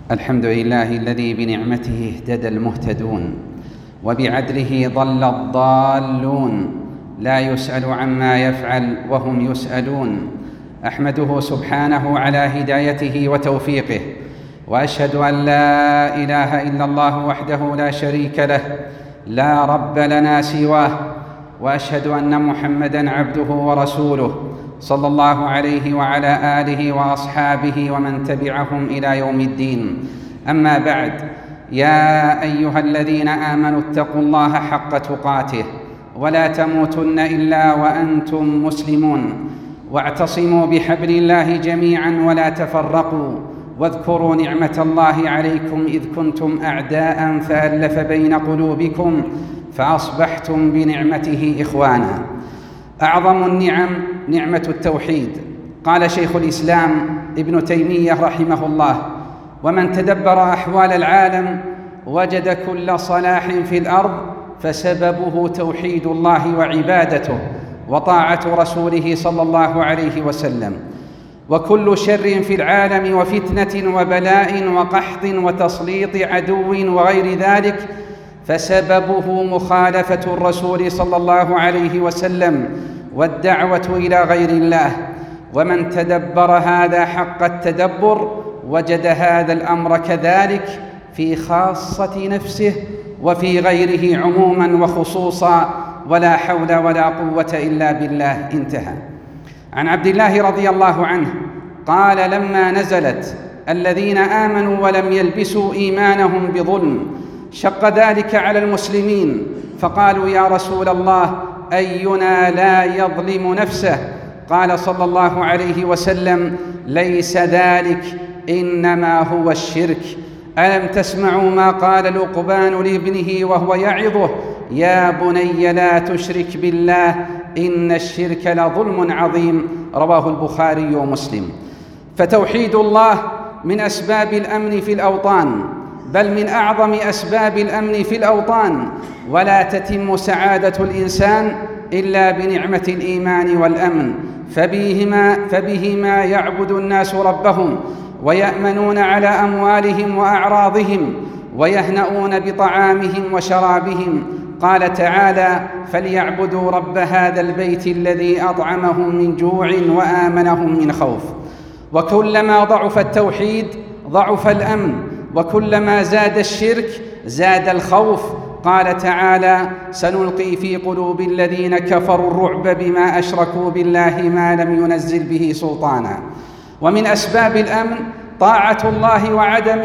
الحمد لله الذي بنعمته اهتدى المهتدون وبعدله ضل الضالون، لا يسأل عما يفعل وهم يسألون. أحمده سبحانه على هدايته وتوفيقه، وأشهد أن لا إله إلا الله وحده لا شريك له، لا رب لنا سواه، وأشهد أن محمدًا عبده ورسوله صلى الله عليه وعلى آله وأصحابه ومن تبعهم إلى يوم الدين. أما بعد، يا أيها الذين آمنوا اتقوا الله حق تقاته ولا تموتن إلا وأنتم مسلمون، واعتصموا بحبل الله جميعا ولا تفرقوا، واذكروا نعمة الله عليكم إذ كنتم أعداء فألف بين قلوبكم فأصبحتم بنعمته إخوانا. أعظم النعم نعمة التوحيد. قال شيخ الإسلام ابن تيمية رحمه الله: ومن تدبر أحوال العالم وجد كل صلاح في الأرض فسببه توحيد الله وعبادته وطاعة رسوله صلى الله عليه وسلم، وكل شر في العالم وفتنة وبلاء وقحط وتسليط عدو وغير ذلك فسببه مخالفة الرسول صلى الله عليه وسلم والدعوة إلى غير الله. ومن تدبر هذا حق التدبر وجد هذا الأمر كذلك في خاصة نفسه وفي غيره عموما وخصوصا، ولا حول ولا قوة إلا بالله. انتهى. عن عبد الله رضي الله عنه قال: لما نزلت الذين آمنوا ولم يلبسوا إيمانهم بظلم شق ذلك على المسلمين، فقالوا: يا رسول الله، أينا لا يظلم نفسه؟ قال صلى الله عليه وسلم: ليس ذلك، إنما هو الشرك. ألم تسمعوا ما قال لقمان لابنه وهو يعظه: يا بني لا تشرك بالله إن الشرك لظلم عظيم. رواه البخاري ومسلم. فتوحيد الله من أسباب الأمن في الأوطان، بل من أعظم أسباب الأمن في الأوطان، ولا تتم سعادة الإنسان إلا بنعمة الإيمان والأمن، فبهما يعبد الناس ربهم ويأمنون على أموالهم وأعراضهم ويهنؤون بطعامهم وشرابهم. قال تعالى: فليعبدوا رب هذا البيت الذي أطعمهم من جوع وآمنهم من خوف. وكلما ضعف التوحيد ضعف الأمن، وكلما زاد الشرك زاد الخوف. قال تعالى: سنلقي في قلوب الذين كفروا الرعب بما أشركوا بالله ما لم ينزل به سلطانا. ومن أسباب الأمن طاعة الله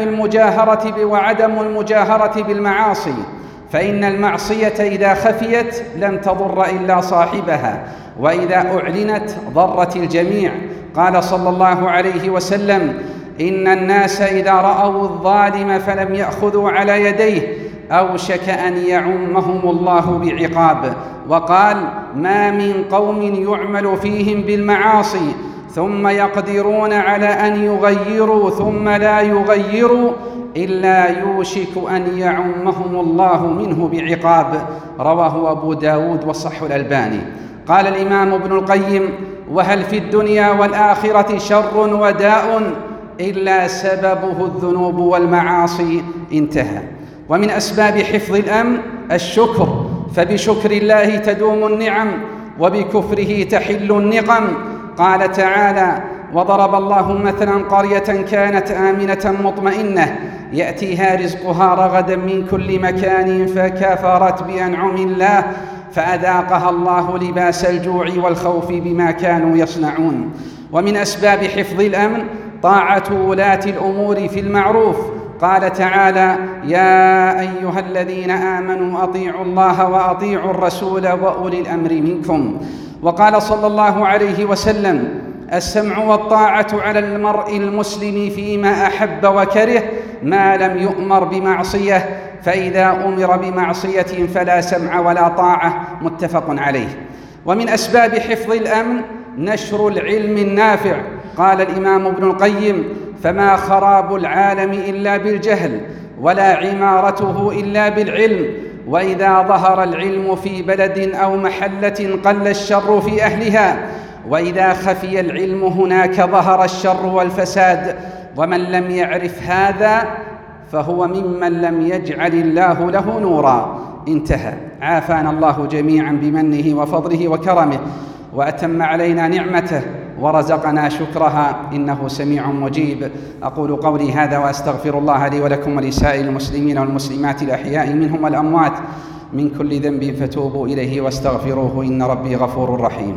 وعدم المجاهرة بالمعاصي، فإن المعصية إذا خفيت لم تضر إلا صاحبها، وإذا أعلنت ضرت الجميع. قال صلى الله عليه وسلم: إن الناس إذا رأوا الظالم فلم يأخذوا على يديه أوشك أن يعمهم الله بعقاب. وقال: ما من قوم يعمل فيهم بالمعاصي ثم يقدرون على أن يغيروا ثم لا يغيروا إلا يوشك أن يعمهم الله منه بعقاب. رواه أبو داود وصححه الألباني. قال الإمام ابن القيم: وهل في الدنيا والآخرة شر وداء إلا سببه الذنوب والمعاصي؟ انتهى. ومن أسباب حفظ الأمن الشكر، فبشكر الله تدوم النعم وبكفره تحل النقم. قال تعالى: وضرب الله مثلا قرية كانت آمنة مطمئنة يأتيها رزقها رغدا من كل مكان فكفرت بأنعم الله فأذاقها الله لباس الجوع والخوف بما كانوا يصنعون. ومن أسباب حفظ الأمن طاعة ولاة الأمور في المعروف. قال تعالى: يا أيها الذين آمنوا أطيعوا الله وأطيعوا الرسول وأولي الأمر منكم. وقال صلى الله عليه وسلم: السمع والطاعة على المرء المسلم فيما أحب وكره ما لم يؤمر بمعصية، فإذا أمر بمعصية فلا سمع ولا طاعة. متفق عليه. ومن أسباب حفظ الأمن نشر العلم النافع. قال الإمام ابن القيم: فما خراب العالم إلا بالجهل، ولا عمارته إلا بالعلم. وإذا ظهر العلم في بلد أو محلة قل الشر في أهلها، وإذا خفي العلم هناك ظهر الشر والفساد. ومن لم يعرف هذا فهو ممن لم يجعل الله له نورا. انتهى. عافانا الله جميعا بمنه وفضله وكرمه، وأتم علينا نعمته ورزقنا شكرها، إنه سميع مجيب. أقول قولي هذا وأستغفر الله لي ولكم ولسائر المسلمين والمسلمات الأحياء منهم والأموات من كل ذنب فتوبوا إليه واستغفروه، إن ربي غفور رحيم.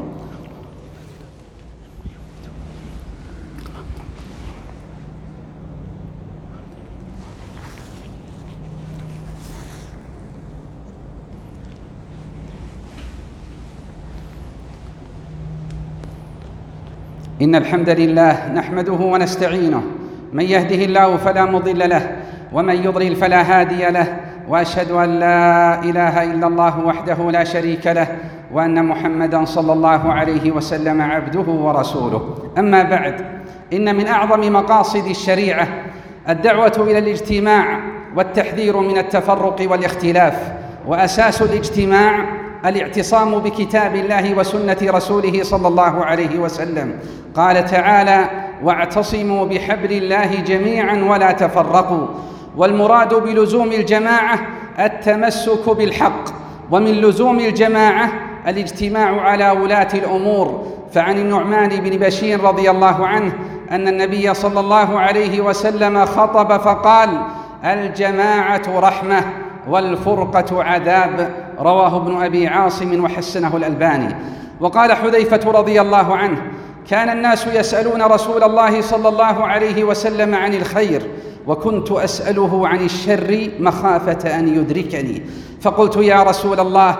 إن الحمد لله نحمده ونستعينه، من يهده الله فلا مضل له ومن يضلل فلا هادي له، وأشهد أن لا إله إلا الله وحده لا شريك له، وأن محمدًا صلى الله عليه وسلم عبده ورسوله. أما بعد، إن من أعظم مقاصد الشريعة الدعوة إلى الاجتماع والتحذير من التفرق والاختلاف، وأساس الاجتماع الاعتصام بكتاب الله وسنة رسوله صلى الله عليه وسلم. قال تعالى: واعتصموا بحبل الله جميعا ولا تفرقوا. والمراد بلزوم الجماعة التمسك بالحق، ومن لزوم الجماعة الاجتماع على ولاة الأمور. فعن النعمان بن بشير رضي الله عنه أن النبي صلى الله عليه وسلم خطب فقال: الجماعة رحمة والفرقة عذاب. رواه ابن أبي عاصم وحسنه الألباني. وقال حذيفة رضي الله عنه: كان الناس يسألون رسول الله صلى الله عليه وسلم عن الخير، وكنت أسأله عن الشر مخافة أن يدركني، فقلت: يا رسول الله،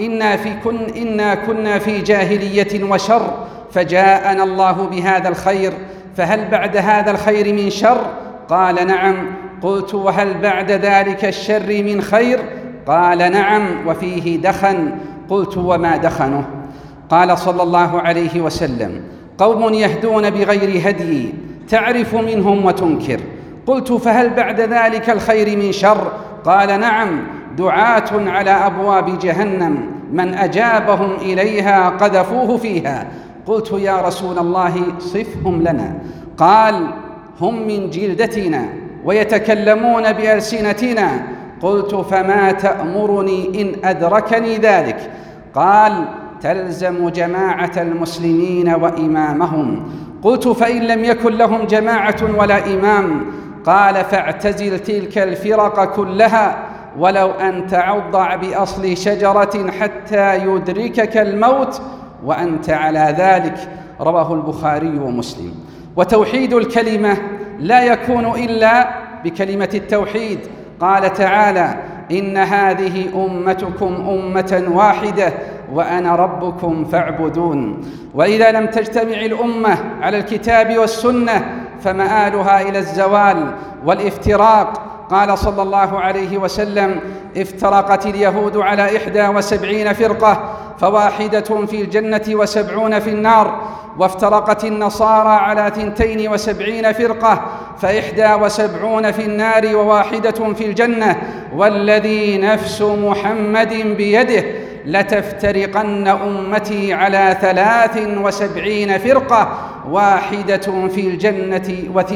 إنا كنا في جاهلية وشر، فجاءنا الله بهذا الخير، فهل بعد هذا الخير من شر؟ قال: نعم. قلت: وهل بعد ذلك الشر من خير؟ قال: نعم، وفيه دخن. قلت: وما دخنه؟ قال صلى الله عليه وسلم: قوم يهدون بغير هدي تعرف منهم وتنكر. قلت: فهل بعد ذلك الخير من شر؟ قال: نعم، دعاة على أبواب جهنم من أجابهم إليها قذفوه فيها. قلت: يا رسول الله صفهم لنا. قال: هم من جلدتنا ويتكلمون بألسنتنا. قلت: فما تأمرني إن أدركني ذلك؟ قال: تلزم جماعة المسلمين وإمامهم. قلت: فإن لم يكن لهم جماعة ولا إمام؟ قال: فاعتزل تلك الفرق كلها، ولو أن تعض بأصل شجرة حتى يدركك الموت وأنت على ذلك. رواه البخاري ومسلم. وتوحيد الكلمة لا يكون إلا بكلمة التوحيد. قال تعالى: إن هذه أمتكم أمة واحدة وأنا ربكم فاعبدون. وإذا لم تجتمع الأمة على الكتاب والسنة فمآلها إلى الزوال والافتراق. قال صلى الله عليه وسلم: افترقت اليهود على 71 فرقة، فواحدة في الجنة و70 في النار. وافترقت النصارى على 72 فرقة، ف71 في النار وواحدة في الجنة. والذي نفس محمد بيده لتفترقن أمتي على 73 فرقة، واحدة في الجنة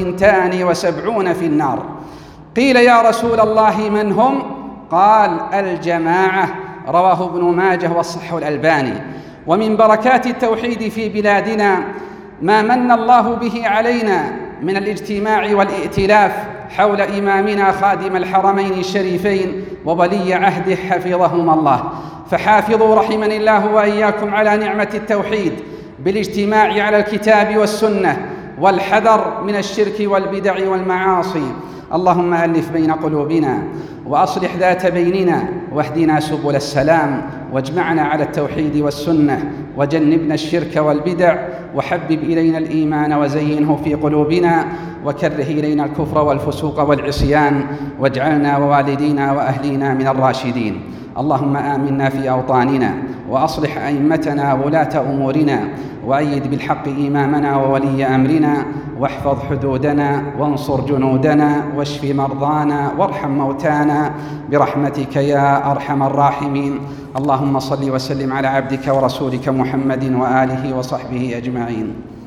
و72 في النار. قيل: يا رسول الله من هم؟ قال: الجماعة. رواه ابن ماجه وصححه الألباني. ومن بركات التوحيد في بلادنا ما من الله به علينا من الاجتماع والائتلاف حول إمامنا خادم الحرمين الشريفين وولي عهده حفظهما الله. فحافظوا رحمني الله وإياكم على نعمة التوحيد بالاجتماع على الكتاب والسنة، والحذر من الشرك والبدع والمعاصي. اللهم ألف بين قلوبنا وأصلح ذات بيننا، واهدنا سبل السلام، واجمعنا على التوحيد والسنة، وجنبنا الشرك والبدع، وحبب إلينا الإيمان وزينه في قلوبنا، وكره إلينا الكفر والفسوق والعصيان، واجعلنا ووالدينا وأهلينا من الراشدين. اللهم آمنا في أوطاننا، وأصلح أئمتنا وولاة أمورنا، وأيد بالحق إمامنا وولي أمرنا، واحفظ حدودنا، وانصر جنودنا، واشف مرضانا، وارحم موتانا برحمتك يا أرحم الراحمين. اللهم صل وسلم على عبدك ورسولك محمد وآله وصحبه أجمعين.